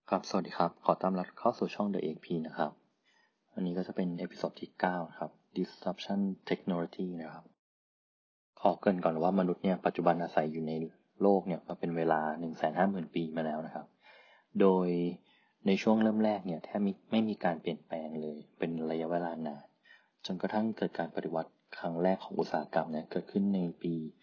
ครับสวัสดีครับขอต้อนรับเข้าสู่ช่อง The XP นะครับอันนี้ก็จะเป็นเอพิโซดที่9ครับ Disruption Technology นะครับขอเกริ่นก่อนว่ามนุษย์เนี่ยปัจจุบันอาศัยอยู่ในโลกเนี่ยมาเป็นเวลา 150,000 ปีมาแล้วนะครับโดยในช่วงเริ่มแรกเนี่ยแทบไม่มีการเปลี่ยนแปลงเลยเป็นระยะเวลานานจนกระทั่งเกิดการปฏิวัติครั้งแรกของอุตสาหกรรมเนี่ยเกิดขึ้นในปี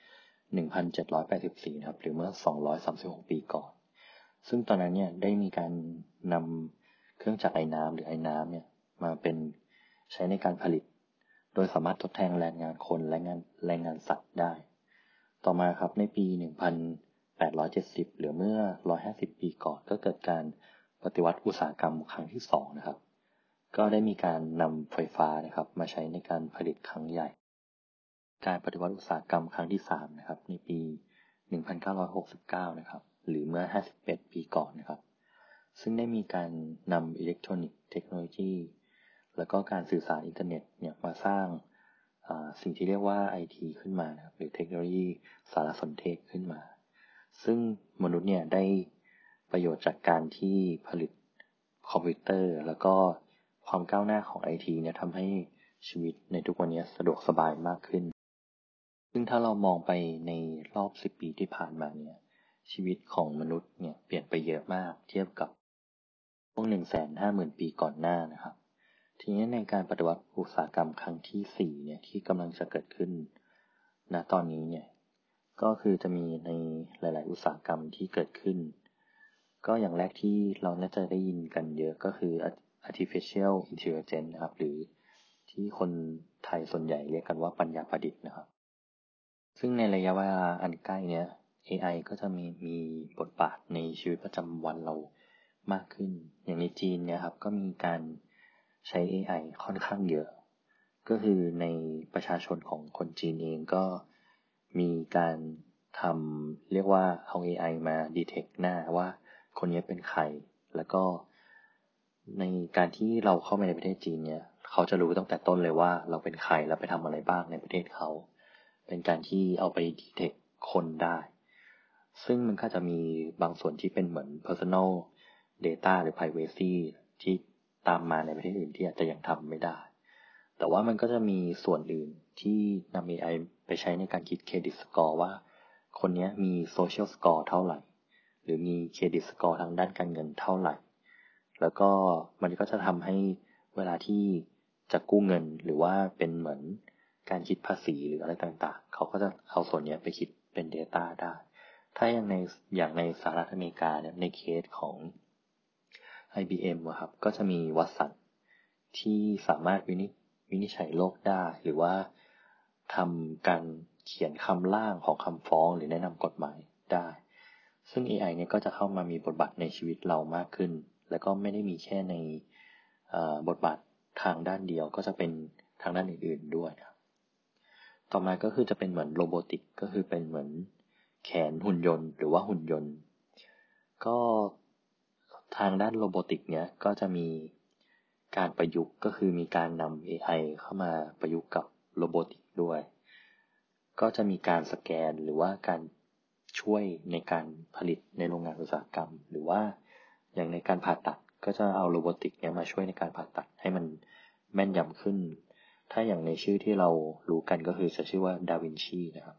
1784 นะครับหรือเมื่อ 236 ปีก่อนซึ่งตอนนั้นเนี่ยได้มีการนำเครื่องจักรไอน้ำหรือไอน้ำเนี่ยมาเป็นใช้ในการผลิตโดยสามารถทดแทนแรงงานคนและแรงงานสัตว์ได้ต่อมาครับในปี 1870 หรือเมื่อ 150 ปีก่อนก็เกิดการปฏิวัติอุตสาหกรรมครั้งที่2นะครับก็ได้มีการนำไฟฟ้านะครับมาใช้ในการผลิตครั้งใหญ่การปฏิวัติอุตสาหกรรมครั้งที่3นะครับในปี 1969 นะครับหรือเมื่อ 51 ปีก่อนนะครับซึ่งได้มีการนำอิเล็กทรอนิกส์เทคโนโลยีแล้วก็การสื่อสารอินเทอร์เน็ตเนี่ยมาสร้างสิ่งที่เรียกว่า IT ขึ้นมานะครับหรือเทคโนโลยีสารสนเทศขึ้นมาซึ่งมนุษย์เนี่ยได้ประโยชน์จากการที่ผลิตคอมพิวเตอร์แล้วก็ความก้าวหน้าของ IT เนี่ยทำให้ชีวิตในทุกวันนี้สะดวกสบายมากขึ้นซึ่งถ้าเรามองไปในรอบ10 ปีที่ผ่านมาเนี่ยชีวิตของมนุษย์เนี่ยเปลี่ยนไปเยอะมากเทียบกับช่วง 150,000 ปีก่อนหน้านะครับทีนี้ในการปฏิวัติอุตสาหกรรมครั้งที่4เนี่ยที่กำลังจะเกิดขึ้นณตอนนี้เนี่ยก็คือจะมีในหลายๆอุตสาหกรรมที่เกิดขึ้นก็อย่างแรกที่เราน่าจะได้ยินกันเยอะก็คือ artificial intelligence นะครับหรือที่คนไทยส่วนใหญ่เรียกกันว่าปัญญาประดิษฐ์นะครับซึ่งในระยะเวลาอันใกล้เนี้ย AI ก็จะมีบทบาทในชีวิตประจำวันเรามากขึ้นอย่างในจีนเนี่ยครับก็มีการใช้ AI ค่อนข้างเยอะก็คือในประชาชนของคนจีนเองก็มีการทำเรียกว่าเอา AI มา detect หน้าว่าคนนี้เป็นใครแล้วก็ในการที่เราเข้าไปในประเทศจีนเนี่ยเขาจะรู้ตั้งแต่ต้นเลยว่าเราเป็นใครแล้วไปทำอะไรบ้างในประเทศเขาเป็นการที่เอาไป detect คนได้ซึ่งมันก็จะมีบางส่วนที่เป็นเหมือน personal data หรือ privacy ที่ตามมาในประเทศอื่นที่อาจจะยังทำไม่ได้แต่ว่ามันก็จะมีส่วนอื่นที่นำ AI ไปใช้ในการคิดเครดิตสกอร์ว่าคนนี้มี social score เท่าไหร่หรือมีเครดิตสกอร์ทางด้านการเงินเท่าไหร่แล้วก็มันก็จะทำให้เวลาที่จะกู้เงินหรือว่าเป็นเหมือนการคิดภาษีหรืออะไรต่างๆเขาก็จะเอาส่วนนี้ไปคิดเป็น data ได้ถ้าอย่างในสหรัฐอเมริกาเนี่ยในเคสของ IBM อะครับก็จะมีวัตสันที่สามารถวินิจฉัยโรคได้หรือว่าทำการเขียนคำร่างของคำฟ้องหรือแนะนำกฎหมายได้ซึ่ง AI เนี่ยก็จะเข้ามามีบทบาทในชีวิตเรามากขึ้นแล้วก็ไม่ได้มีแค่ในบทบาททางด้านเดียวก็จะเป็นทางด้านอื่นๆด้วยครับต่อมาก็คือจะเป็นเหมือนโรบอติกก็คือเป็นเหมือนแขนหุ่นยนต์หรือว่าหุ่นยนต์ก็ทางด้านโรบอติกเนี่ยก็จะมีการประยุกต์ก็คือมีการนำ AI เข้ามาประยุกต์กับโรบอติกด้วยก็จะมีการสแกนหรือว่าการช่วยในการผลิตในโรงงานอุตสาหกรรมหรือว่าอย่างในการผ่าตัดก็จะเอาโรบอติกเนี่ยมาช่วยในการผ่าตัดให้มันแม่นยำขึ้นถ้าอย่างในชื่อที่เรารู้กันก็คือจะชื่อว่าดาวินชีนะครับ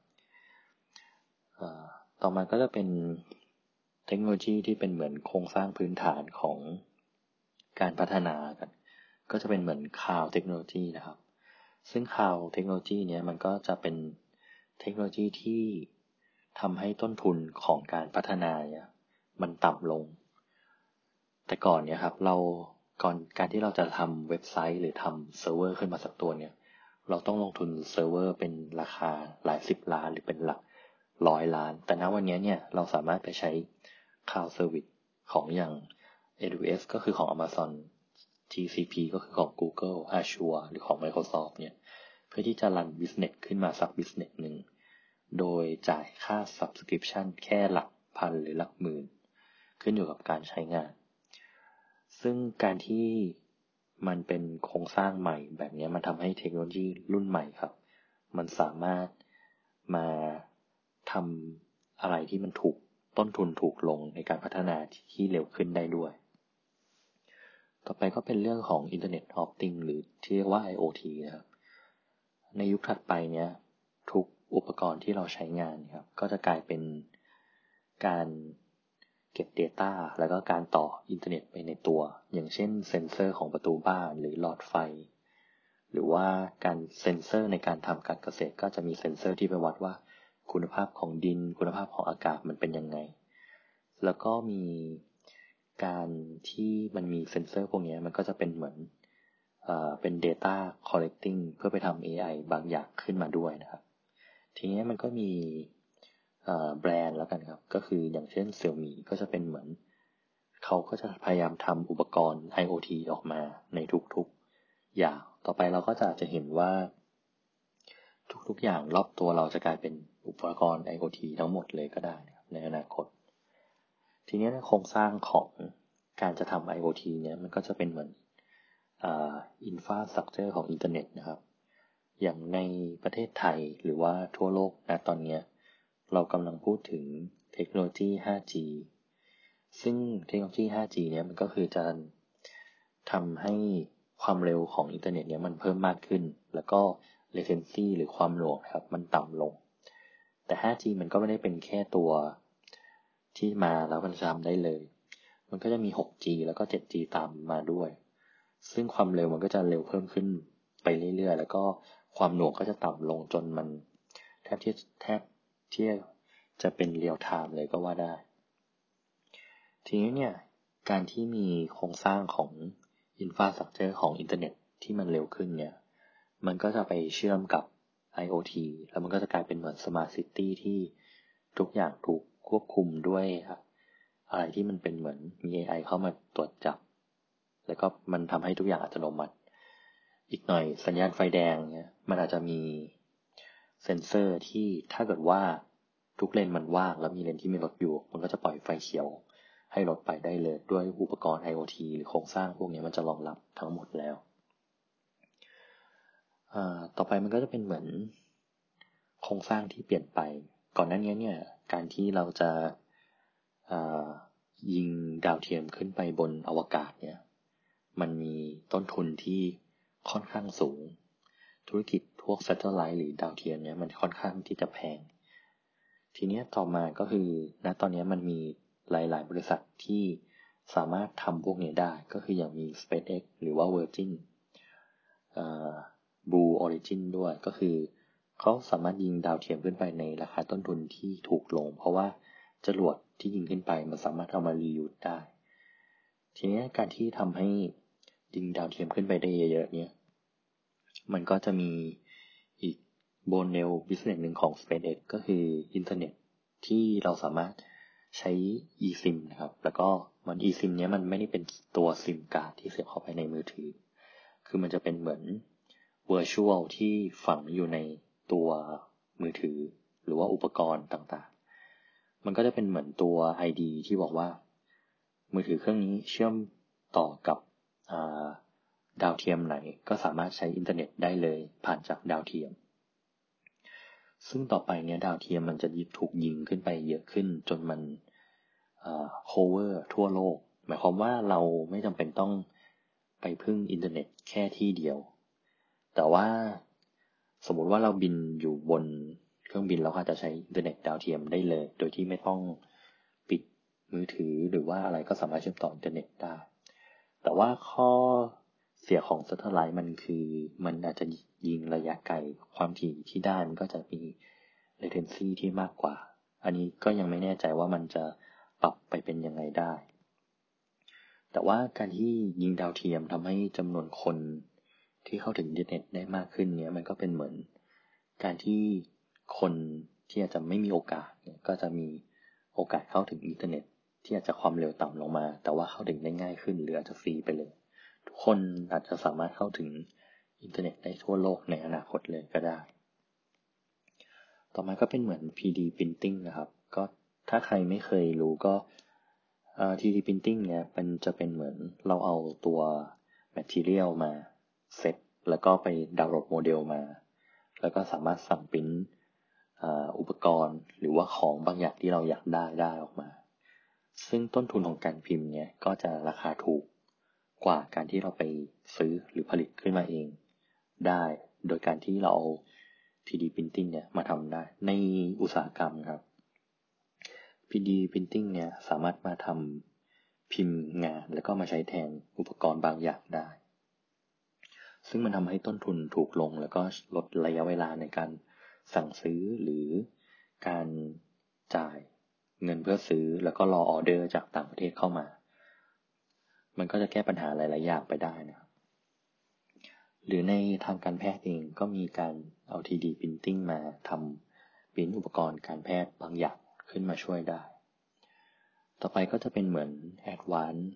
ต่อมาก็จะเป็นเทคโนโลยีที่เป็นเหมือนโครงสร้างพื้นฐานของการพัฒนากันก็จะเป็นเหมือน Cloud Technology นะครับซึ่ง Cloud Technology เนี่ยมันก็จะเป็นเทคโนโลยีที่ทำให้ต้นทุนของการพัฒนาเนี่ยมันต่ำลงแต่ก่อนเนี่ยครับการที่เราจะทำเว็บไซต์หรือทำเซิร์ฟเวอร์ขึ้นมาสักตัวเนี่ยเราต้องลงทุนเซิร์ฟเวอร์เป็นราคาหลาย10 ล้านหรือเป็นหลัก100 ล้านแต่ณวันนี้เนี่ยเราสามารถไปใช้ Cloud Service ของอย่าง AWS ก็คือของ Amazon GCP ก็คือของ Google Azure หรือของ Microsoft เนี่ยเพื่อที่จะรัน business ขึ้นมาสัก business หนึ่งโดยจ่ายค่า subscription แค่หลักพันหรือหลักหมื่นขึ้นอยู่กับการใช้งานซึ่งการที่มันเป็นโครงสร้างใหม่แบบนี้มันทำให้เทคโนโลยีรุ่นใหม่ครับมันสามารถมาทำอะไรที่มันต้นทุนถูกลงในการพัฒนาที่เร็วขึ้นได้ด้วยต่อไปก็เป็นเรื่องของ Internet of Things หรือที่เรียกว่า IoT นะครับในยุคถัดไปเนี้ยทุกอุปกรณ์ที่เราใช้งานครับก็จะกลายเป็นการเก็บ Data แล้วก็การต่ออินเทอร์เน็ตไปในตัวอย่างเช่นเซ็นเซอร์ของประตูบ้านหรือหลอดไฟหรือว่าการเซ็นเซอร์ในการทำการเกษตรก็จะมีเซ็นเซอร์ที่ไปวัดว่าคุณภาพของดินคุณภาพของอากาศมันเป็นยังไงแล้วก็มีการที่มันมีเซ็นเซอร์พวกนี้มันก็จะเป็นเหมือนเป็น data collecting เพื่อไปทำ AI บางอย่างขึ้นมาด้วยนะครับทีนี้มันก็มีแบรนด์แล้วกันครับก็คืออย่างเช่น Xiaomi ก็จะเป็นเหมือนเขาก็จะพยายามทำอุปกรณ์ IoT ออกมาในทุกๆอย่างต่อไปเราก็จะเห็นว่าทุกๆอย่างรอบตัวเราจะกลายเป็นอุปกรณ์ IoT ทั้งหมดเลยก็ได้ในอนาคตทีนี้โครงสร้างของการจะทำ IoT เนี่ยมันก็จะเป็นเหมือนinfrastructure ของอินเทอร์เน็ตนะครับอย่างในประเทศไทยหรือว่าทั่วโลกณตอนนี้เรากำลังพูดถึงเทคโนโลยี 5G ซึ่งเทคโนโลยี 5G เนี่ยมันก็คือจะทำให้ความเร็วของอินเทอร์เน็ตเนี่ยมันเพิ่มมากขึ้นแล้วก็ latency หรือความหน่วงครับมันต่ำลงแต่ 5G มันก็ไม่ได้เป็นแค่ตัวที่มาแล้วมันจะทำได้เลยมันก็จะมี 6G แล้วก็ 7G ตามมาด้วยซึ่งความเร็วมันก็จะเร็วเพิ่มขึ้นไปเรื่อยๆแล้วก็ความหน่วงก็จะต่ำลงจนมันแทบที่จะเป็นเรียลไทม์เลยก็ว่าได้ทีนี้เนี่ยการที่มีโครงสร้างของอินฟราสตรัคเจอร์ของอินเทอร์เน็ตที่มันเร็วขึ้นเนี่ยมันก็จะไปเชื่อมกับ IoT แล้วมันก็จะกลายเป็นเหมือน Smart City ที่ทุกอย่างถูกควบคุมด้วยอะไรที่มันเป็นเหมือนมี AI เข้ามาตรวจจับแล้วก็มันทำให้ทุกอย่างอัตโนมัติอีกหน่อยสัญญาณไฟแดงเนี่ยมันอาจจะมีเซ็นเซอร์ที่ถ้าเกิดว่าทุกเลนมันว่างแล้วมีเลนที่มีรถอยู่มันก็จะปล่อยไฟเขียวให้รถไปได้เลยด้วยอุปกรณ์ IoT หรือโครงสร้างพวกนี้มันจะรองรับทั้งหมดแล้วต่อไปมันก็จะเป็นเหมือนโครงสร้างที่เปลี่ยนไปก่อนหน้านี้เนี่ยการที่เราจะยิงดาวเทียมขึ้นไปบนอวกาศเนี่ยมันมีต้นทุนที่ค่อนข้างสูงธุรกิจพวก Satellite หรือดาวเทียมเนี่ยมันค่อนข้างที่จะแพงทีนี้ต่อมาก็คือณตอนนี้มันมีหลายๆบริษัทที่สามารถทำพวกนี้ได้ก็คืออย่างมี SpaceX หรือว่า Virgin Blue Origin ด้วยก็คือเขาสามารถยิงดาวเทียมขึ้นไปในราคาต้นทุนที่ถูกลงเพราะว่าจรวดที่ยิงขึ้นไปมันสามารถเอามารียูสได้ทีนี้การที่ทำให้ยิงดาวเทียมขึ้นไปได้เยอะๆเนี่ยมันก็จะมีอีกโมเดล business หนึ่งของ SpaceX ก็คืออินเทอร์เน็ตที่เราสามารถใช้ eSIM นะครับแล้วก็มัน eSIM เนี้ยมันไม่ได้เป็นตัว SIM การ์ดที่เสียบเข้าไปในมือถือคือมันจะเป็นเหมือน virtual ที่ฝังอยู่ในตัวมือถือหรือว่าอุปกรณ์ต่างๆมันก็จะเป็นเหมือนตัว ID ที่บอกว่ามือถือเครื่องนี้เชื่อมต่อกับดาวเทียมไหนก็สามารถใช้อินเทอร์เน็ตได้เลยผ่านจากดาวเทียมซึ่งต่อไปเนี่ยดาวเทียมมันจะถูกยิงขึ้นไปเยอะขึ้นจนมันcover ทั่วโลกหมายความว่าเราไม่จำเป็นต้องไปพึ่งอินเทอร์เน็ตแค่ที่เดียวแต่ว่าสมมุติว่าเราบินอยู่บนเครื่องบินเราอาจจะใช้อินเทอร์เน็ตดาวเทียมได้เลยโดยที่ไม่ต้องปิดมือถือหรือว่าอะไรก็สามารถเชื่อมต่ออินเทอร์เน็ตได้แต่ว่าข้อเสียของ Satellite มันคือมันอาจจะยิงระยะไกลความถี่ที่ได้มันก็จะมี latency ที่มากกว่าอันนี้ก็ยังไม่แน่ใจว่ามันจะปรับไปเป็นยังไงได้แต่ว่าการที่ยิงดาวเทียมทำให้จำนวนคนที่เข้าถึงอินเทอร์เน็ตได้มากขึ้นเนี่ยมันก็เป็นเหมือนการที่คนที่อาจจะไม่มีโอกาสเนี่ยก็จะมีโอกาสเข้าถึงอินเทอร์เน็ตที่อาจจะความเร็วต่ำลงมาแต่ว่าเข้าถึงได้ง่ายขึ้นหรืออาจจะฟรีไปเลยทุกคนอาจจะสามารถเข้าถึงอินเทอร์เน็ตได้ทั่วโลกในอนาคตเลยก็ได้ต่อมาก็เป็นเหมือน 3D Printing นะครับก็ถ้าใครไม่เคยรู้ก็3D Printing เนี่ยมันจะเป็นเหมือนเราเอาตัว Material มาเซตแล้วก็ไปดาวน์โหลดโมเดลมาแล้วก็สามารถสั่งพิมพ์อุปกรณ์หรือว่าของบางอย่างที่เราอยากได้ออกมาซึ่งต้นทุนของการพิมพ์เนี่ยก็จะราคาถูกกว่าการที่เราไปซื้อหรือผลิตขึ้นมาเองได้โดยการที่เราเอา 3D Printing เนี่ยมาทำได้ในอุตสาหกรรมครับ 3D Printing เนี่ยสามารถมาทำพิมพ์งานแล้วก็มาใช้แทนอุปกรณ์บางอย่างได้ซึ่งมันทำให้ต้นทุนถูกลงแล้วก็ลดระยะเวลาในการสั่งซื้อหรือการจ่ายเงินเพื่อซื้อแล้วก็รอออเดอร์จากต่างประเทศเข้ามามันก็จะแก้ปัญหาหลายๆอย่างไปได้นะครับหรือในทางการแพทย์เองก็มีการเอา 3D Printing มาทำพิมพ์อุปกรณ์การแพทย์บางอย่างขึ้นมาช่วยได้ต่อไปก็จะเป็นเหมือน Advanced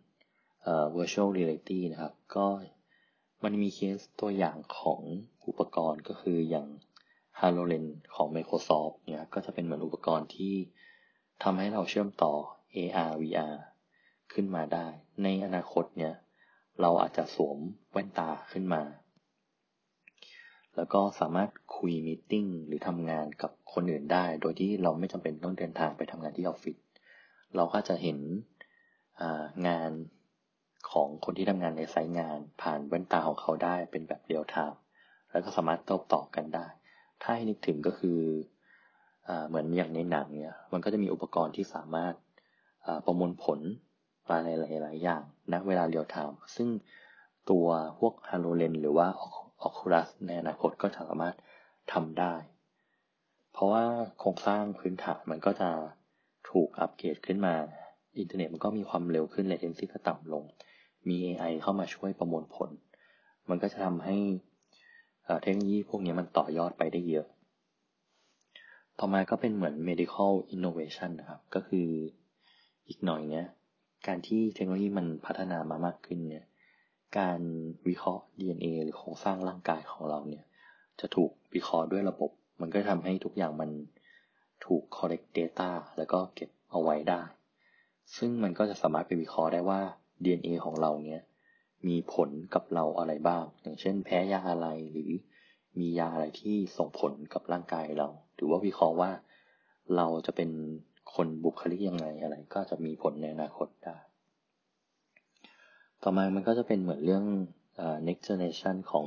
Virtual Reality นะครับก็มันมีเคสตัวอย่างของอุปกรณ์ก็คืออย่าง HoloLens ของ Microsoft เนี่ยก็จะเป็นเหมือนอุปกรณ์ที่ทำให้เราเชื่อมต่อ AR VR ขึ้นมาได้ในอนาคตเนี่ยเราอาจจะสวมแว่นตาขึ้นมาแล้วก็สามารถคุยมีตติ้งหรือทำงานกับคนอื่นได้โดยที่เราไม่จำเป็นต้องเดินทางไปทำงานที่ออฟฟิศเราก็จะเห็นงานของคนที่ทำงานในไซต์งานผ่านแว่นตาของเขาได้เป็นแบบเรียลไทม์แล้วก็สามารถโต้ตอบกันได้ถ้าให้นึกถึงก็คือเหมือนอย่างในหนังเนี่ยมันก็จะมีอุปกรณ์ที่สามารถประมวลผลอะไรหลายๆอย่างณเวลาเรียลไทม์ซึ่งตัวพวก HoloLens หรือว่า Oculus ในอนาคตก็สามารถทำได้เพราะว่าโครงสร้างพื้นฐานมันก็จะถูกอัปเกรดขึ้นมาอินเทอร์เน็ตมันก็มีความเร็วขึ้น latency ก็ต่ำลงมี AI เข้ามาช่วยประมวลผลมันก็จะทำให้เทคโนโลยีพวกนี้มันต่อยอดไปได้เยอะต่อมาก็เป็นเหมือน medical innovation นะครับก็คืออีกหน่อยเนี้ยการที่เทคโนโลยีมันพัฒนามามากขึ้นเนี่ยการวิเคราะห์ DNA หรือโครงสร้างร่างกายของเราเนี่ยจะถูกวิเคราะห์ด้วยระบบมันก็ทำให้ทุกอย่างมันถูก collect data แล้วก็เก็บเอาไว้ได้ซึ่งมันก็จะสามารถไปวิเคราะห์ได้ว่า DNA ของเราเนี่ยมีผลกับเราอะไรบ้างอย่างเช่นแพ้ยาอะไรหรือมียาอะไรที่ส่งผลกับร่างกายเราหรือว่าวิเคราะห์ว่าเราจะเป็นคนบุคลิกยังไงอะไรก็จะมีผลในอนาคตได้ต่อมามันก็จะเป็นเหมือนเรื่องnext generation ของ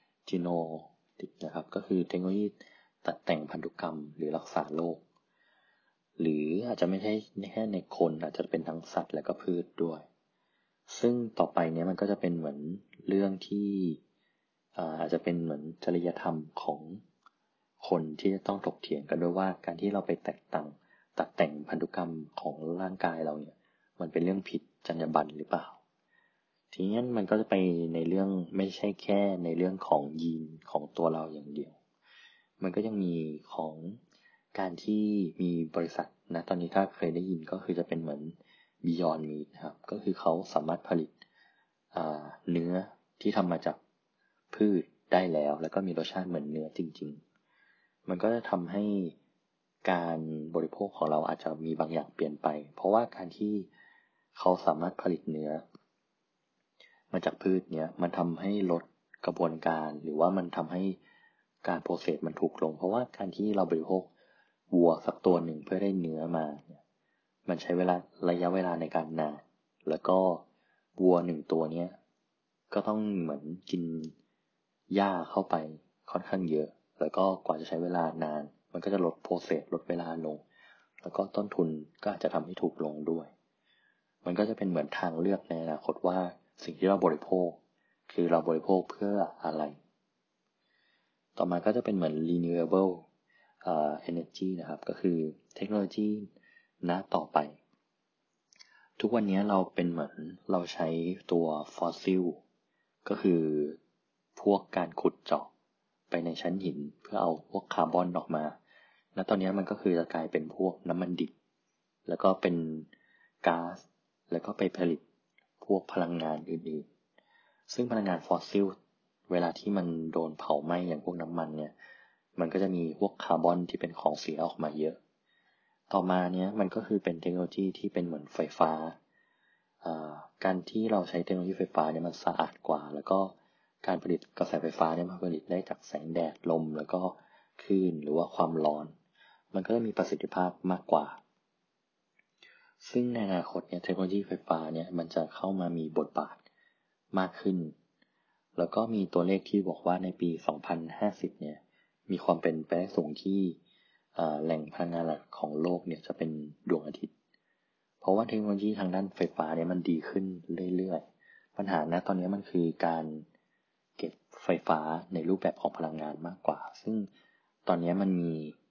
genomics นะครับก็คือเทคโนโลยีตัดแต่งพันธุกรรมหรือรักษาโรคหรืออาจจะไม่ใช่แค่ในคนอาจจะเป็นทั้งสัตว์และก็พืชด้วยซึ่งต่อไปเนี้ยมันก็จะเป็นเหมือนเรื่องที่อาจจะเป็นเหมือนจริยธรรมของคนที่จะต้องถกเถียงกันด้วยว่าการที่เราไปตัดแต่งพันธุกรรมของร่างกายเราเนี่ยมันเป็นเรื่องผิดจรรยาบรรณหรือเปล่าทีนี้มันก็จะไปในเรื่องไม่ใช่แค่ในเรื่องของยีนของตัวเราอย่างเดียวมันก็ยังมีของการที่มีบริษัทนะตอนนี้ถ้าเคยได้ยินก็คือจะเป็นเหมือน Beyond Meat นะครับก็คือเขาสามารถผลิตเนื้อที่ทำมาจากพืชได้แล้วก็มีรสชาติเหมือนเนื้อจริงๆมันก็จะทำให้การบริโภคของเราอาจจะมีบางอย่างเปลี่ยนไปเพราะว่าการที่เขาสามารถผลิตเนื้อมาจากพืชเนี้ยมันทำให้ลดกระบวนการหรือว่ามันทำให้การโปรเซสมันถูกลงเพราะว่าการที่เราบริโภควัวสักตัวหนึ่งเพื่อได้เนื้อมาเนี่ยมันใช้ระยะเวลาในการนานแล้วก็วัวหนึ่งตัวเนี้ยก็ต้องเหมือนกินหญ้าเข้าไปค่อนข้างเยอะแล้วก็กว่าจะใช้เวลานานมันก็จะลดโปรเซสลดเวลาลงแล้วก็ต้นทุนก็อาจจะทำให้ถูกลงด้วยมันก็จะเป็นเหมือนทางเลือกในอนาคตว่าสิ่งที่เราบริโภคคือเราบริโภคเพื่ออะไรต่อมาก็จะเป็นเหมือน renewable energy นะครับก็คือเทคโนโลยีณต่อไปทุกวันนี้เราเป็นเหมือนเราใช้ตัวฟอสซิลก็คือพวกการขุดเจาะไปในชั้นหินเพื่อเอาพวกคาร์บอนออกมาและตอนนี้มันก็คือจะกลายเป็นพวกน้ำมันดิบแล้วก็เป็นก๊าซแล้วก็ไปผลิตพวกพลังงานอื่นๆซึ่งพลังงานฟอสซิลเวลาที่มันโดนเผาไหม้อย่างพวกน้ำมันเนี่ยมันก็จะมีพวกคาร์บอนที่เป็นของเสียออกมาเยอะต่อมาเนี้ยมันก็คือเป็นเทคโนโลยีที่เป็นเหมือนไฟฟ้าการที่เราใช้เทคโนโลยีไฟฟ้าเนี่ยมันสะอาดกว่าแล้วก็การผลิตกระแสไฟฟ้าเนี่ยมันผลิตได้จากแสงแดดลมแล้วก็คลื่นหรือว่าความร้อนมันก็จะมีประสิทธิภาพมากกว่าซึ่งในอนาคตเนี่ยเทคโนโลยีไฟฟ้าเนี่ยมันจะเข้ามามีบทบาทมากขึ้นแล้วก็มีตัวเลขที่บอกว่าในปี 2050 เนี่ยมีความเป็นไปได้สูงที่แหล่งพลังงานหลักของโลกเนี่ยจะเป็นดวงอาทิตย์เพราะว่าเทคโนโลยีทางด้านไฟฟ้าเนี่ยมันดีขึ้นเรื่อยๆปัญหาตอนนี้มันคือการเก็บไฟฟ้าในรูปแบบของพลังงานมากกว่าซึ่งตอนนี้มันมี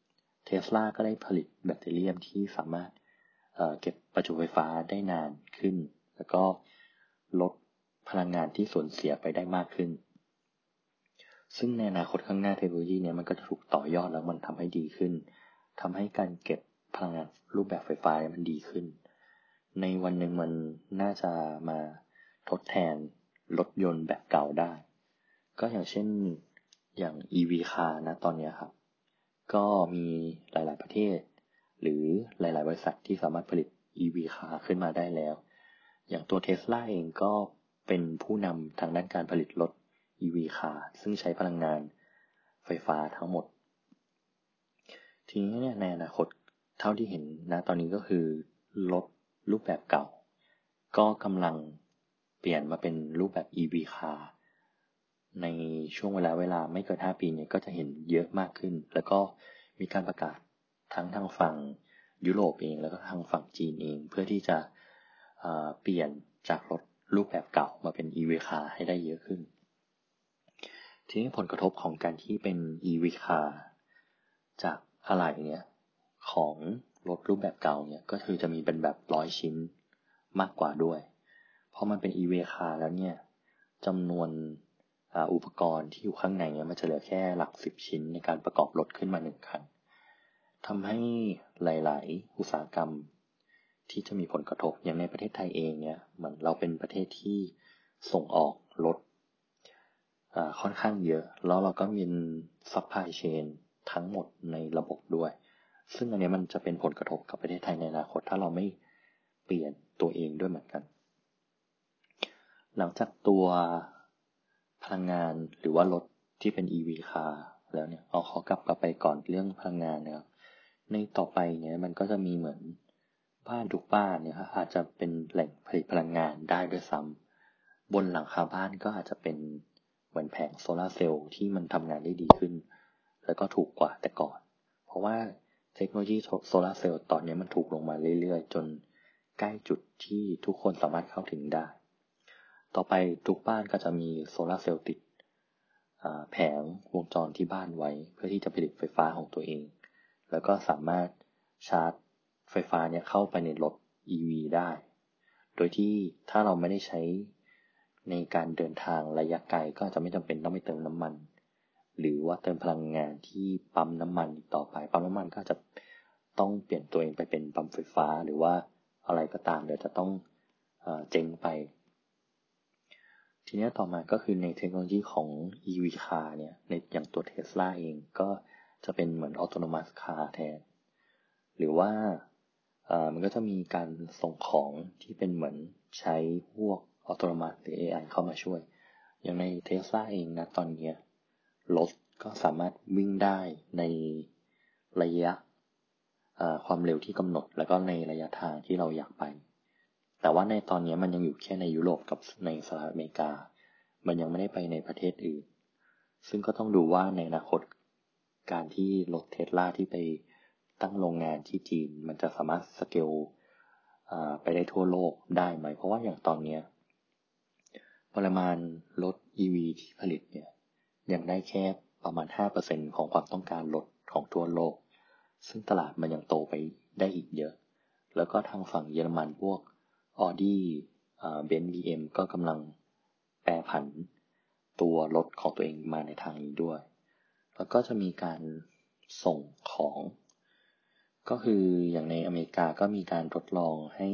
Tesla ก็ได้ผลิตแบตเตอรี่ที่สามารถเก็บประจุไฟฟ้าได้นานขึ้นแล้วก็ลดพลังงานที่สูญเสียไปได้มากขึ้นซึ่งในอนาคตข้างหน้าเทคโนโลยีเนี่ยมันก็จะถูกต่อยอดแล้วมันทำให้ดีขึ้นทำให้การเก็บพลังงานรูปแบบไฟฟ้ามันดีขึ้นในวันหนึ่งมันน่าจะมาทดแทนรถยนต์แบบเก่าได้ก็อย่างเช่นอย่าง EV car ตอนนี้ครับก็มีหลายๆประเทศหรือหลายๆบริษัทที่สามารถผลิต EV car ขึ้นมาได้แล้วอย่างตัว Tesla เองก็เป็นผู้นำทางด้านการผลิตรถ EV car ซึ่งใช้พลังงานไฟฟ้าทั้งหมดทีนี้ในอนาคตเท่าที่เห็นตอนนี้ก็คือรถรูปแบบเก่าก็กำลังเปลี่ยนมาเป็นรูปแบบ EV car ในช่วงเวลาไม่เกิน5 ปีเนี่ยก็จะเห็นเยอะมากขึ้นแล้วก็มีการประกาศทั้งทางฝั่งยุโรปเองแล้วก็ทางฝั่งจีนเองเพื่อที่จะเปลี่ยนจากรถรูปแบบเก่ามาเป็น EV car ให้ได้เยอะขึ้นทีนี้ผลกระทบของการที่เป็น EV car จากอะไหล่เนี่ยของรถรูปแบบเก่าเนี่ยก็คือจะมีเป็นแบบ100 ชิ้นมากกว่าด้วยพอมันเป็น EV car แล้วเนี่ยจำนวนอุปกรณ์ที่อยู่ข้างในเนี่ยมันจะเหลือแค่หลัก10 ชิ้นในการประกอบรถขึ้นมา1 คันทำให้หลายๆอุตสาหกรรมที่จะมีผลกระทบอย่างในประเทศไทยเองเนี่ยเหมือนเราเป็นประเทศที่ส่งออกรถค่อนข้างเยอะแล้วเราก็มีซัพพลายเชนทั้งหมดในระบบด้วยซึ่งอันนี้มันจะเป็นผลกระทบกับประเทศไทยในอนาคตถ้าเราไม่เปลี่ยนตัวเองด้วยเหมือนกันหลังจากตัวพลังงานหรือว่ารถที่เป็น EV car แล้วเนี่ยขอกลับไปก่อนเรื่องพลังงานนะครับในต่อไปเนี่ยมันก็จะมีเหมือนบ้านทุกบ้านเนี่ยอาจจะเป็นแหล่งผลิตพลังงานได้ด้วยซ้ำบนหลังคาบ้านก็อาจจะเป็นเหมือนแผงโซลาร์เซลล์ที่มันทำงานได้ดีขึ้นแล้วก็ถูกกว่าแต่ก่อนเพราะว่าเทคโนโลยีโซลาร์เซลล์ตอนนี้มันถูกลงมาเรื่อยๆจนใกล้จุดที่ทุกคนสามารถเข้าถึงได้ต่อไปทุกบ้านก็จะมีโซลาร์เซลล์ติดแผงวงจรที่บ้านไว้เพื่อที่จะผลิตไฟฟ้าของตัวเองแล้วก็สามารถชาร์จไฟฟ้าเนี่ยเข้าไปในรถ EV ได้โดยที่ถ้าเราไม่ได้ใช้ในการเดินทางระยะไกลก็จะไม่จำเป็นต้องไปเติมน้ำมันหรือว่าเติมพลังงานที่ปั๊มน้ำมันต่อไปปั๊มน้ำมันก็จะต้องเปลี่ยนตัวเองไปเป็นปั๊มไฟฟ้าหรือว่าอะไรก็ตามเดี๋ยวจะต้องเจ๊งไปทีนี้ต่อมาก็คือในเทคโนโลยีของ EV car เนี่ยในอย่างตัว Tesla เองก็จะเป็นเหมือน autonomous car แทนหรือว่ามันก็จะมีการส่งของที่เป็นเหมือนใช้พวก autonomous หรือ AI เข้ามาช่วยอย่างใน Tesla เองตอนนี้รถก็สามารถวิ่งได้ในระยะความเร็วที่กำหนดแล้วก็ในระยะทางที่เราอยากไปแต่ว่าในตอนนี้มันยังอยู่แค่ในยุโรปกับในสหรัฐอเมริกามันยังไม่ได้ไปในประเทศอื่นซึ่งก็ต้องดูว่าในอนาคตการที่รถเทสลาที่ไปตั้งโรงงานที่จีนมันจะสามารถสเกลไปได้ทั่วโลกได้ไหมเพราะว่าอย่างตอนนี้ปริมาณรถ EV ที่ผลิตเนี่ยยังได้แค่ประมาณ 5% ของความต้องการรถของทั่วโลกซึ่งตลาดมันยังโตไปได้อีกเยอะแล้วก็ทางฝั่งเยอรมันพวก Audi Benz BM ก็กำลังแปรผันตัวรถของตัวเองมาในทางนี้ด้วยแล้วก็จะมีการส่งของก็คืออย่างในอเมริกาก็มีการทดลองให้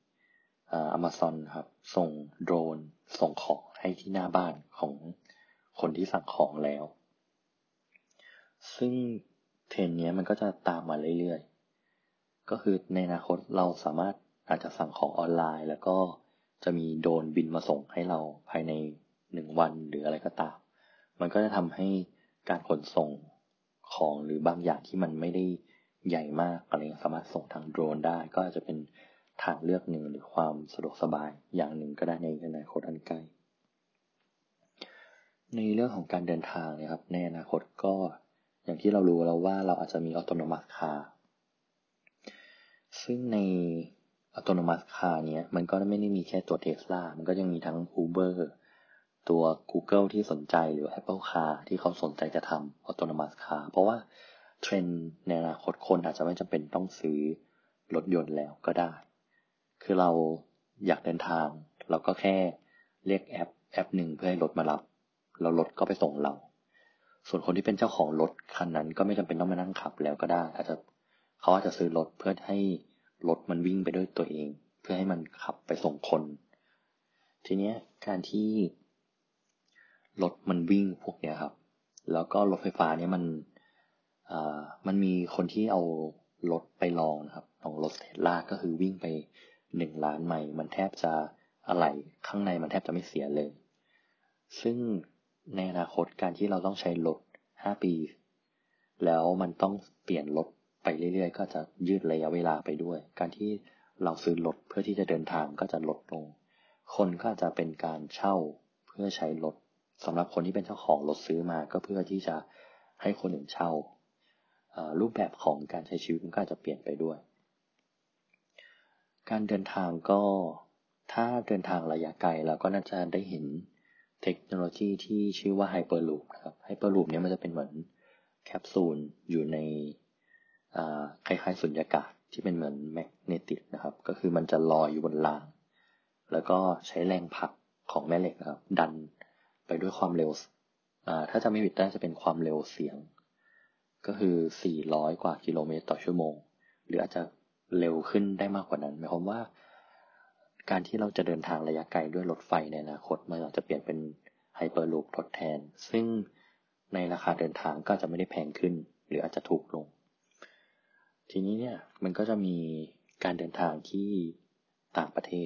Amazon ครับส่งโดรนส่งของให้ที่หน้าบ้านของคนที่สั่งของแล้วซึ่งเทรนด์นี้มันก็จะตามมาเรื่อยๆก็คือในอนาคตเราสามารถอาจจะสั่งของออนไลน์แล้วก็จะมีโดรนบินมาส่งให้เราภายใน1 วันหรืออะไรก็ตามมันก็จะทำให้การขนส่งของหรือบางอย่างที่มันไม่ได้ใหญ่มากอะไรสามารถส่งทางโดรนได้ก็อาจจะเป็นทางเลือกหนึ่งหรือความสะดวกสบายอย่างหนึ่งก็ได้ในอนาคตอันใกล้ในเรื่องของการเดินทางเนี่ยครับในอนาคตก็อย่างที่เรารู้แล้วว่าเราอาจจะมี autonomous car ซึ่งใน autonomous car เนี้ยมันก็ไม่ได้มีแค่ตัว Tesla มันก็ยังมีทั้ง Uber ตัว Google ที่สนใจหรือ Apple Car ที่เขาสนใจจะทำ autonomous car เพราะว่าเทรนด์ในอนาคตคนอาจจะไม่จำเป็นต้องซื้อรถยนต์แล้วก็ได้คือเราอยากเดินทางเราก็แค่เรียกแอปหนึ่งเพื่อให้รถมารับแล้วรถก็ไปส่งเราส่วนคนที่เป็นเจ้าของรถคันนั้นก็ไม่จำเป็นต้องมานั่งขับแล้วก็ได้เขาอาจจะซื้อรถเพื่อให้รถมันวิ่งไปด้วยตัวเองเพื่อให้มันขับไปส่งคนทีนี้การที่รถมันวิ่งพวกเนี้ยครับแล้วก็รถไฟฟ้าเนี่ยมันมีคนที่เอารถไปลองนะครับของรถเทสลาก็คือวิ่งไป1 ล้านไมล์มันแทบจะอะไหล่ข้างในมันแทบจะไม่เสียเลยซึ่งในอนาคตการที่เราต้องใช้รถ5 ปีแล้วมันต้องเปลี่ยนรถไปเรื่อยๆก็จะยืดระยะเวลาไปด้วยการที่เราซื้อรถเพื่อที่จะเดินทางก็จะลดลงคนก็จะเป็นการเช่าเพื่อใช้รถสำหรับคนที่เป็นเจ้าของรถซื้อมาก็เพื่อที่จะให้คนอื่นเช่ารูปแบบของการใช้ชีวิตมันก็จะเปลี่ยนไปด้วยการเดินทางก็ถ้าเดินทางระยะไกลเราก็น่าจะได้เห็นเทคโนโลยีที่ชื่อว่า Hyperloop นะครับ Hyperloop เนี่ยมันจะเป็นเหมือนแคปซูลอยู่ในคล้ายๆสุญญากาศที่เป็นเหมือนแมกเนติกนะครับก็คือมันจะลอยอยู่บนรางแล้วก็ใช้แรงผลักของแม่เหล็กนะครับดันไปด้วยความเร็วถ้าจะไม่ผิดน่าจะเป็นความเร็วเสียงก็คือ400 กว่ากิโลเมตรต่อชั่วโมงหรืออาจจะเร็วขึ้นได้มากกว่านั้นหมายความว่าการที่เราจะเดินทางระยะไกลด้วยรถไฟในอนาคตมันอาจจะเปลี่ยนเป็นไฮเปอร์ลูปทดแทนซึ่งในราคาเดินทางก็จะไม่ได้แพงขึ้นหรืออาจจะถูกลงทีนี้เนี่ยมันก็จะมีการเดินทางที่ต่างประเทศ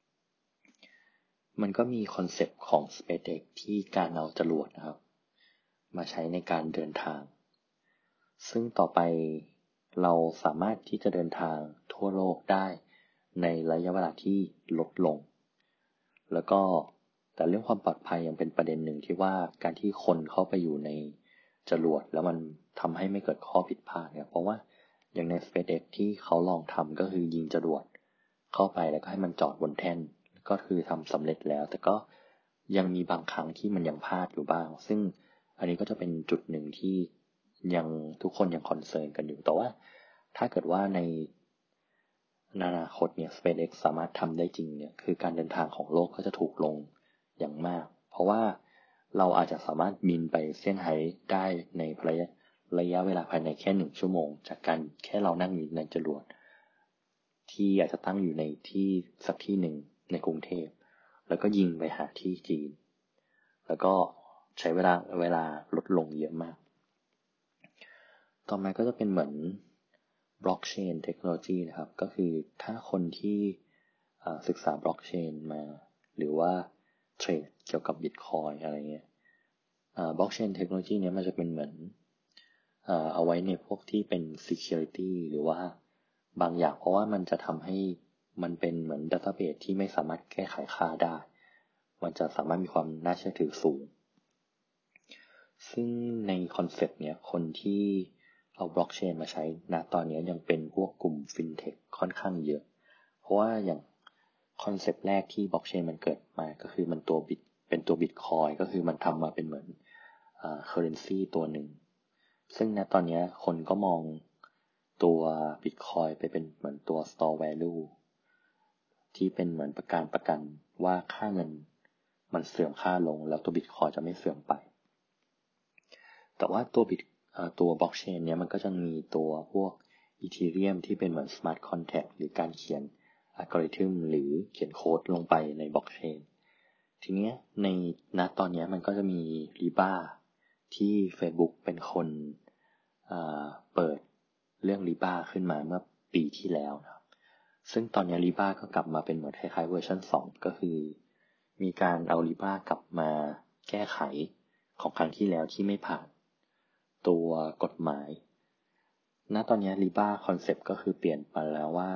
มันก็มีคอนเซปต์ของ SpaceX ที่การเอาจรวดนะครับมาใช้ในการเดินทางซึ่งต่อไปเราสามารถที่จะเดินทางทั่วโลกได้ในระยะเวลาที่ลดลงแล้วก็แต่เรื่องความปลอดภัยยังเป็นประเด็นหนึ่งที่ว่าการที่คนเข้าไปอยู่ในจรวดแล้วมันทำให้ไม่เกิดข้อผิดพลาดเนี่ยเพราะว่าอย่างใน SpaceX ที่เขาลองทำก็คือยิงจรวดเข้าไปแล้วก็ให้มันจอดบนแท่นก็คือทำสำเร็จแล้วแต่ก็ยังมีบางครั้งที่มันยังพลาดอยู่บ้างซึ่งอันนี้ก็จะเป็นจุดหนึ่งที่ยังทุกคนยังคอนเซิร์นกันอยู่แต่ว่าถ้าเกิดว่าในอนาคตเนี่ย SpaceX สามารถทำได้จริงเนี่ยคือการเดินทางของโลกก็จะถูกลงอย่างมากเพราะว่าเราอาจจะสามารถบินไปเซี่ยงไฮ้ได้ในระยะเวลาภายในแค่1 ชั่วโมงจากการแค่เรานั่งอยู่ในจรวดที่อาจจะตั้งอยู่ในที่สักที่หนึ่งในกรุงเทพแล้วก็ยิงไปหาที่จีนแล้วก็ใช้เวลาลดลงเยอะมากต่อมาก็จะเป็นเหมือนบล็อกเชนเทคโนโลยีนะครับก็คือถ้าคนที่ศึกษาบล็อกเชนมาหรือว่าเทรดเกี่ยวกับบิตคอยอะไรเงี้ยบล็อกเชนเทคโนโลยีนี้มันจะเป็นเหมือนเอาไว้ในพวกที่เป็น security หรือว่าบางอย่างเพราะว่ามันจะทำให้มันเป็นเหมือนดัตต้าเบสที่ไม่สามารถแก้ไขค่าได้มันจะสามารถมีความน่าเชื่อถือสูงซึ่งในคอนเซปต์เนี้ยคนที่เอาบล็อกเชนมาใช้ณตอนนี้ยังเป็นพวกกลุ่มฟินเทคค่อนข้างเยอะเพราะว่าอย่างคอนเซปต์แรกที่บล็อกเชนมันเกิดมาก็คือมันเป็นตัวบิตคอยก็คือมันทำมาเป็นเหมือนเคอร์เรนซีตัวหนึ่งซึ่งณตอนนี้คนก็มองตัวบิตคอยไปเป็นเหมือนตัว store value ที่เป็นเหมือนประกันว่าค่าเงินมันเสื่อมค่าลงแล้วตัวบิตคอยจะไม่เสื่อมไปแต่ว่าตัวบล็อกเชนเนี่ยมันก็จะมีตัวพวกอีทีเรียมที่เป็นเหมือน smart contract หรือการเขียนอัลกอริทึมหรือเขียนโค้ดลงไปในบล็อกเชนทีนี้ณตอนนี้มันก็จะมี Libra ที่ Facebook เป็นคนเปิดเรื่อง Libra ขึ้นมาเมื่อปีที่แล้วนะครับซึ่งตอนนี้ Libra ก็กลับมาเป็นเหมือนคล้ายๆเวอร์ชัน2ก็คือมีการเอา Libra กลับมาแก้ไขของครั้งที่แล้วที่ไม่ผ่านตัวกฎหมายณตอนนี้ Libra คอนเซปต์ก็คือเปลี่ยนไปแล้วว่า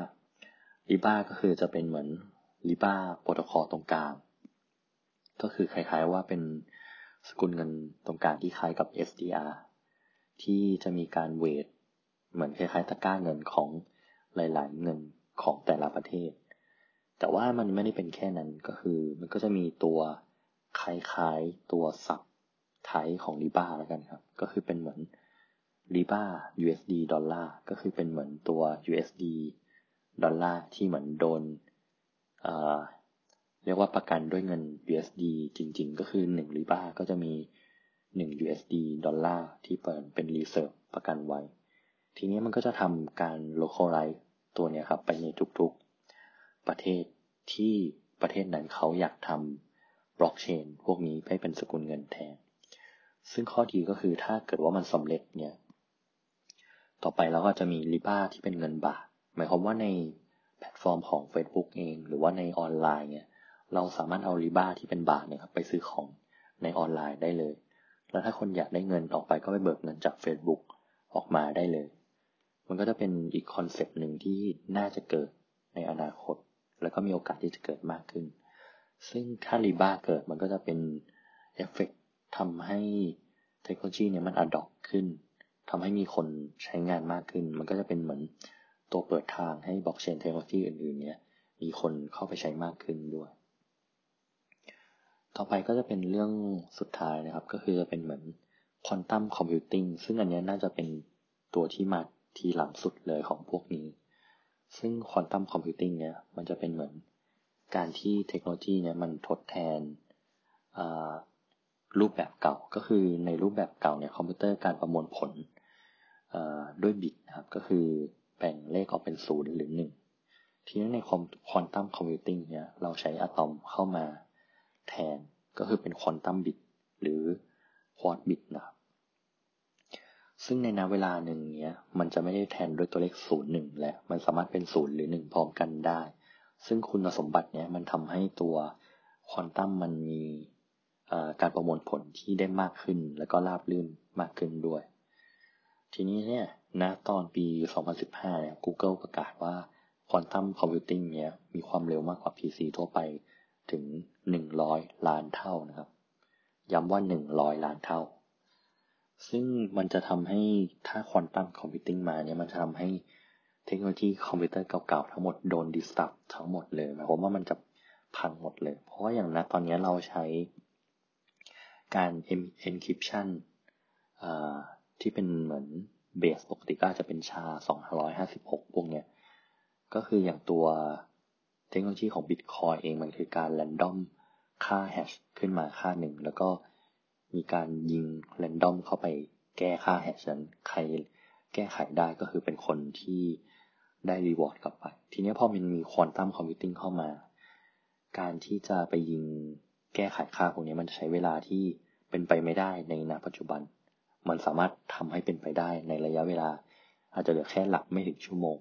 Libra ก็คือจะเป็นเหมือน Libra โปรโตคอลตรงกลางก็คือคล้ายๆว่าเป็นสกุลเงินตรงกลางที่คล้ายกับ SDR ที่จะมีการเวทเหมือนคล้ายๆตะกร้าเงินของหลายๆเงินของแต่ละประเทศแต่ว่ามันไม่ได้เป็นแค่นั้นก็คือมันก็จะมีตัวคล้ายๆตัวซับไทป์ของ Libra แล้วกันครับก็คือเป็นเหมือน Libra USD ดอลลาร์ก็คือเป็นเหมือนตัว USD ดอลลาร์ที่เหมือนโดนเรียกว่าประกันด้วยเงิน USD จริงๆก็คือ1 Libra ก็จะมี1 USD ดอลลาร์ที่เป็น reserve ประกันไว้ทีนี้มันก็จะทำการ localize ตัวเนี้ยครับไปในทุกๆประเทศที่ประเทศนั้นเขาอยากทำบล็อกเชนพวกนี้ให้เป็นสกุลเงินแทนซึ่งข้อดีก็คือถ้าเกิดว่ามันสำเร็จเนี่ยต่อไปเราก็จะมี Libra ที่เป็นเงินบาทหมายความว่าในแพลตฟอร์มของ Facebook เองหรือว่าในออนไลน์เนี่ยเราสามารถเอา Libra ที่เป็นบาทเนี่ยครับไปซื้อของในออนไลน์ได้เลยแล้วถ้าคนอยากได้เงินออกไปก็ไปเบิกเงินจาก Facebook ออกมาได้เลยมันก็จะเป็นอีกคอนเซปต์หนึ่งที่น่าจะเกิดในอนาคตแล้วก็มีโอกาสที่จะเกิดมากขึ้นซึ่งถ้า Libra เกิดมันก็จะเป็นเอฟเฟกต์ทำให้เทคโนโลยีเนี่ยมัน adopt ขึ้นทำให้มีคนใช้งานมากขึ้นมันก็จะเป็นเหมือนตัวเปิดทางให้บล็อกเชนเทคโนโลยีอื่นๆเนี่ยมีคนเข้าไปใช้มากขึ้นด้วยต่อไปก็จะเป็นเรื่องสุดท้ายนะครับก็คือจะเป็นเหมือนควอนตัมคอมพิวติ้งซึ่งอันนี้น่าจะเป็นตัวที่มาทีหลังสุดเลยของพวกนี้ซึ่งควอนตัมคอมพิวติ้งเนี่ยมันจะเป็นเหมือนการที่เทคโนโลยีเนี่ยมันทดแทนรูปแบบเก่าก็คือในรูปแบบเก่าเนี่ยคอมพิวเตอร์การประมวลผลด้วยบิตนะครับก็คือแบ่งเลขออกเป็น0หรือ1ทีนี้ในควอนตัมคอมพิวติ้งเนี่ยเราใช้อะตอมเข้ามาแทนก็คือเป็นควอนตัมบิตหรือควอตบิตนะครับซึ่งในเวลาหนึ่งเนี้ยมันจะไม่ได้แทนด้วยตัวเลข0 1และมันสามารถเป็น0หรือ1พร้อมกันได้ซึ่งคุณสมบัติเนี้ยมันทำให้ตัวควอนตัมมันมีการประมวลผลที่ได้มากขึ้นแล้วก็ราบรื่นมากขึ้นด้วยทีนี้เนี่ยตอนปี 2015 เนี่ย Google ประกาศว่าควอนตัมคอมพิวติ้งเนี่ยมีความเร็วมากกว่า PC ทั่วไปถึง100 ล้านเท่านะครับย้ำว่า100 ล้านเท่าซึ่งมันจะทำให้ถ้าควอนตัมคอมพิวติ้งมาเนี่ยมันจะทำให้เทคโนโลยีคอมพิวเตอร์เก่าๆทั้งหมดโดน disrupt ทั้งหมดเลยหมายความว่ามันจะพังหมดเลยเพราะว่าอย่างตอนนี้เราใช้การ encryption ที่เป็นเหมือนเบสปกติก็อาจจะเป็นSHA-256พวกเนี้ยก็คืออย่างตัวเทคโนโลยีของ Bitcoin เองมันคือการ random ค่าแฮชขึ้นมาค่าหนึ่งแล้วก็มีการยิง random เข้าไปแก้ค่าแฮชนั้นใครแก้ไขได้ก็คือเป็นคนที่ได้ reward กลับไปทีนี้พอมันมี quantum computing เข้ามาการที่จะไปยิงแก้ไขค่าพวกนี้มันจะใช้เวลาที่เป็นไปไม่ได้ในปัจจุบันมันสามารถทำให้เป็นไปได้ในระยะเวลาอาจจะเหลือแค่หลักไม่ถึงชั่วโมง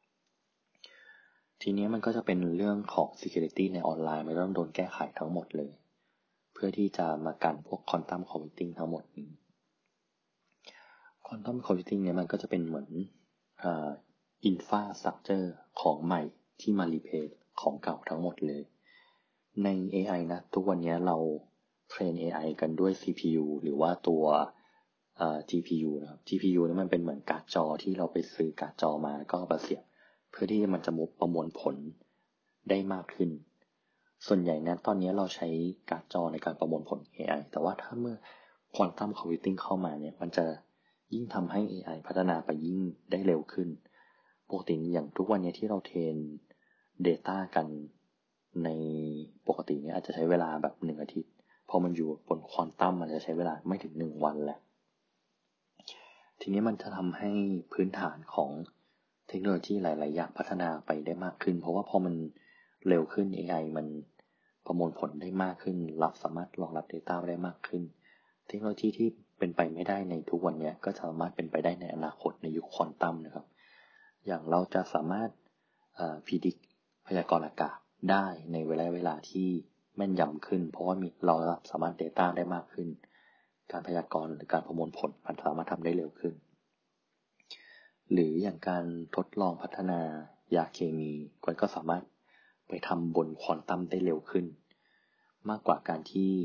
ทีนี้มันก็จะเป็นเรื่องของ security ในออนไลน์มันต้องโดนแก้ไขทั้งหมดเลยเพื่อที่จะมากันพวก quantum computing ทั้งหมดนี้ quantum computing เนี่ยมันก็จะเป็นเหมือนinfrastructure ของใหม่ที่มา replace ของเก่าทั้งหมดเลยใน AI ทุกวันนี้เราเทรน AI กันด้วย CPU หรือว่าตัวGPU นะครับ GPU นี่มันเป็นเหมือนการ์ดจอที่เราไปซื้อการ์ดจอมาแล้วก็มาเสียบเพื่อที่มันจะประมวลผลได้มากขึ้นส่วนใหญ่ตอนนี้เราใช้การ์ดจอในการประมวลผล AI แต่ว่าถ้าเมื่อ Quantum Computing เข้ามาเนี่ยมันจะยิ่งทำให้ AI พัฒนาไปยิ่งได้เร็วขึ้นปกติอย่างทุกวันนี้ที่เราเทรน Data กันในปกติเนี่ยอาจจะใช้เวลาแบบ1 อาทิตย์พอมันอยู่บนควอนตัมมันจะใช้เวลาไม่ถึง1 วันแหละทีนี้มันจะทำให้พื้นฐานของเทคโนโลยีหลายๆอย่างพัฒนาไปได้มากขึ้นเพราะว่าพอมันเร็วขึ้น AI มันประมวลผลได้มากขึ้นสามารถรองรับ Data ได้มากขึ้นเทคโนโลยีที่เป็นไปไม่ได้ในทุกวันนี้ก็สามารถเป็นไปได้ในอนาคตในยุคควอนตัมนะครับอย่างเราจะสามารถpredict พยากรณ์อากาศได้ในเวลาที่แม่นยำขึ้นเพราะว่าเราสามารถ Data ได้มากขึ้นการพยากรณ์หรือการประมวลผลมันสามารถทำได้เร็วขึ้นหรืออย่างการทดลองพัฒนายาเคมีก็สามารถไปทำบนควอนตัมได้เร็วขึ้นมากกว่าการที่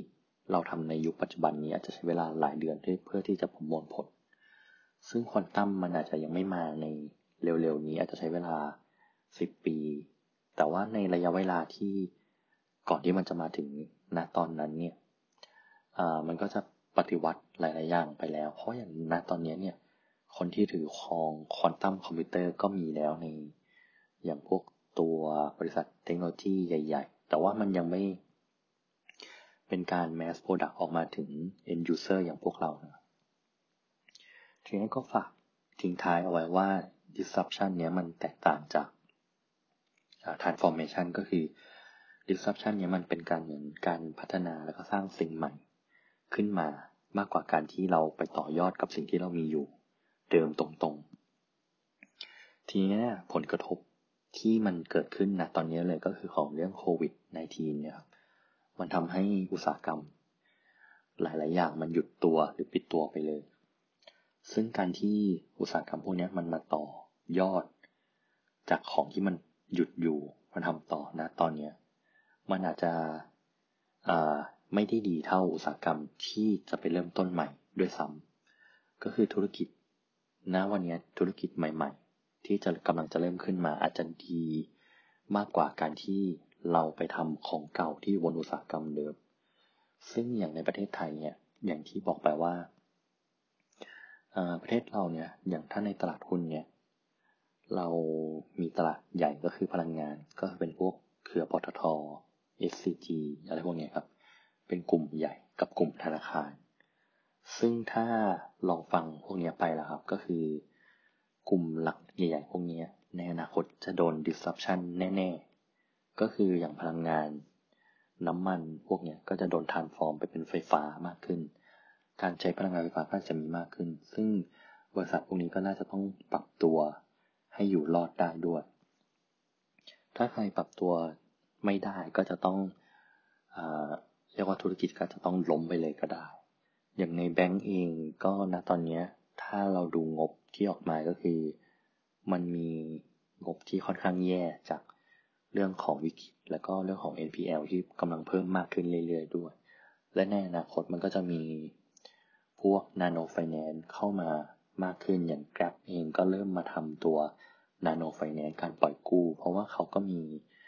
เราทำในยุคปัจจุบันนี้อาจจะใช้เวลาหลายเดือนเพื่อที่จะประมวลผลซึ่งควอนตัมมันอาจจะยังไม่มาในเร็วๆนี้อาจจะใช้เวลา10 ปีแต่ว่าในระยะเวลาที่ก่อนที่มันจะมาถึงณตอนนั้นเนี่ยมันก็จะปฏิวัติหลายๆอย่างไปแล้วเพราะอย่างณตอนนี้เนี่ยคนที่ถือครองควอนตัมคอมพิวเตอร์ก็มีแล้วในอย่างพวกตัวบริษัทเทคโนโลยีใหญ่ๆแต่ว่ามันยังไม่เป็นการ mass product ออกมาถึง end user อย่างพวกเรานะทีนี้ก็ฝากทิ้งท้ายเอาไว้ว่า disruption เนี้ยมันแตกต่างจากtransformation ก็คือ disruption เนี้ยมันเป็นการเหมือนการพัฒนาแล้วก็สร้างสิ่งใหม่ขึ้นมามากกว่าการที่เราไปต่อยอดกับสิ่งที่เรามีอยู่เดิมตรงๆทีนี้ผลกระทบที่มันเกิดขึ้นนะตอนนี้เลยก็คือของเรื่องโควิด -19 เนี่ยครับมันทำให้อุตสาหกรรมหลายๆอย่างมันหยุดตัวหรือปิดตัวไปเลยซึ่งการที่อุตสาหกรรมพวกนี้มันมาต่อยอดจากของที่มันหยุดอยู่มันทำต่อนะตอนนี้มันอาจจะไม่ได้ดีเท่าอุตสาหกรรมที่จะไปเริ่มต้นใหม่ด้วยซ้ำก็คือธุรกิจณวันนี้ธุรกิจใหม่ๆที่จะกำลังจะเริ่มขึ้นมาอาจจะดีมากกว่าการที่เราไปทำของเก่าที่วนอุตสาหกรรมเดิมซึ่งอย่างในประเทศไทยเนี่ยอย่างที่บอกไปว่าประเทศเราเนี่ยอย่างถ้าในตลาดหุ้นเนี่ยเรามีตลาดใหญ่ก็คือพลังงานก็เป็นพวกเครือปตท. SCG อะไรพวกนี้ครับเป็นกลุ่มใหญ่กับกลุ่มธนาคารซึ่งถ้าลองฟังพวกนี้ไปแล้วครับก็คือกลุ่มหลักใหญ่ๆพวกนี้ในอนาคตจะโดน disruption แน่ๆก็คืออย่างพลังงานน้ำมันพวกนี้ก็จะโดน transform ไปเป็นไฟฟ้ามากขึ้นการใช้พลังงานไฟฟ้าก็จะมีมากขึ้นซึ่งบริษัทพวกนี้ก็น่าจะต้องปรับตัวให้อยู่รอดได้ด้วยถ้าใครปรับตัวไม่ได้ก็จะต้องเรียกว่าธุรกิจก็จะต้องล้มไปเลยก็ได้อย่างในแบงก์เองก็ณตอนนี้ถ้าเราดูงบที่ออกมาก็คือมันมีงบที่ค่อนข้างแย่จากเรื่องของวิกฤตแล้วก็เรื่องของ NPL ที่กำลังเพิ่มมากขึ้นเรื่อยๆด้วยและในอนาคตมันก็จะมีพวก Nano Finance เข้ามามากขึ้นอย่าง Grab เองก็เริ่มมาทำตัว Nano Finance การปล่อยกู้เพราะว่าเขาก็มี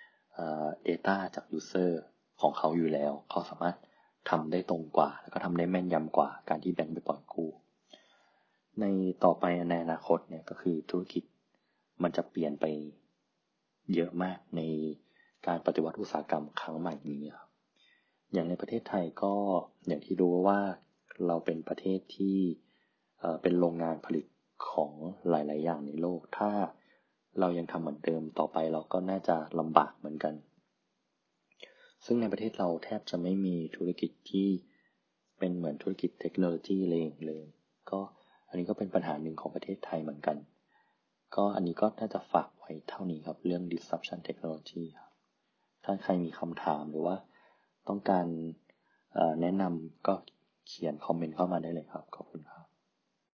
data จาก user ของเขาอยู่แล้วเขาสามารถทำได้ตรงกว่าแล้วก็ทำได้แม่นยำกว่าการที่แบงก์ไปปล่อยกู้ในต่อไปในอนาคตเนี่ยก็คือธุรกิจมันจะเปลี่ยนไปเยอะมากในการปฏิวัติอุตสาหกรรมครั้งใหม่นี้ครับอย่างในประเทศไทยก็อย่างที่รู้ว่าเราเป็นประเทศที่เป็นโรงงานผลิตของหลายๆอย่างในโลกถ้าเรายังทำเหมือนเดิมต่อไปเราก็น่าจะลำบากเหมือนกันซึ่งในประเทศเราแทบจะไม่มีธุรกิจที่เป็นเหมือนธุรกิจเทคโนโลยีเลยก็อันนี้ก็เป็นปัญหาหนึ่งของประเทศไทยเหมือนกันก็อันนี้ก็น่าจะฝากไว้เท่านี้ครับเรื่อง disruption technology ครับถ้าใครมีคำถามหรือว่าต้องการแนะนำก็เขียนคอมเมนต์เข้ามาได้เลยครับขอบคุณครับ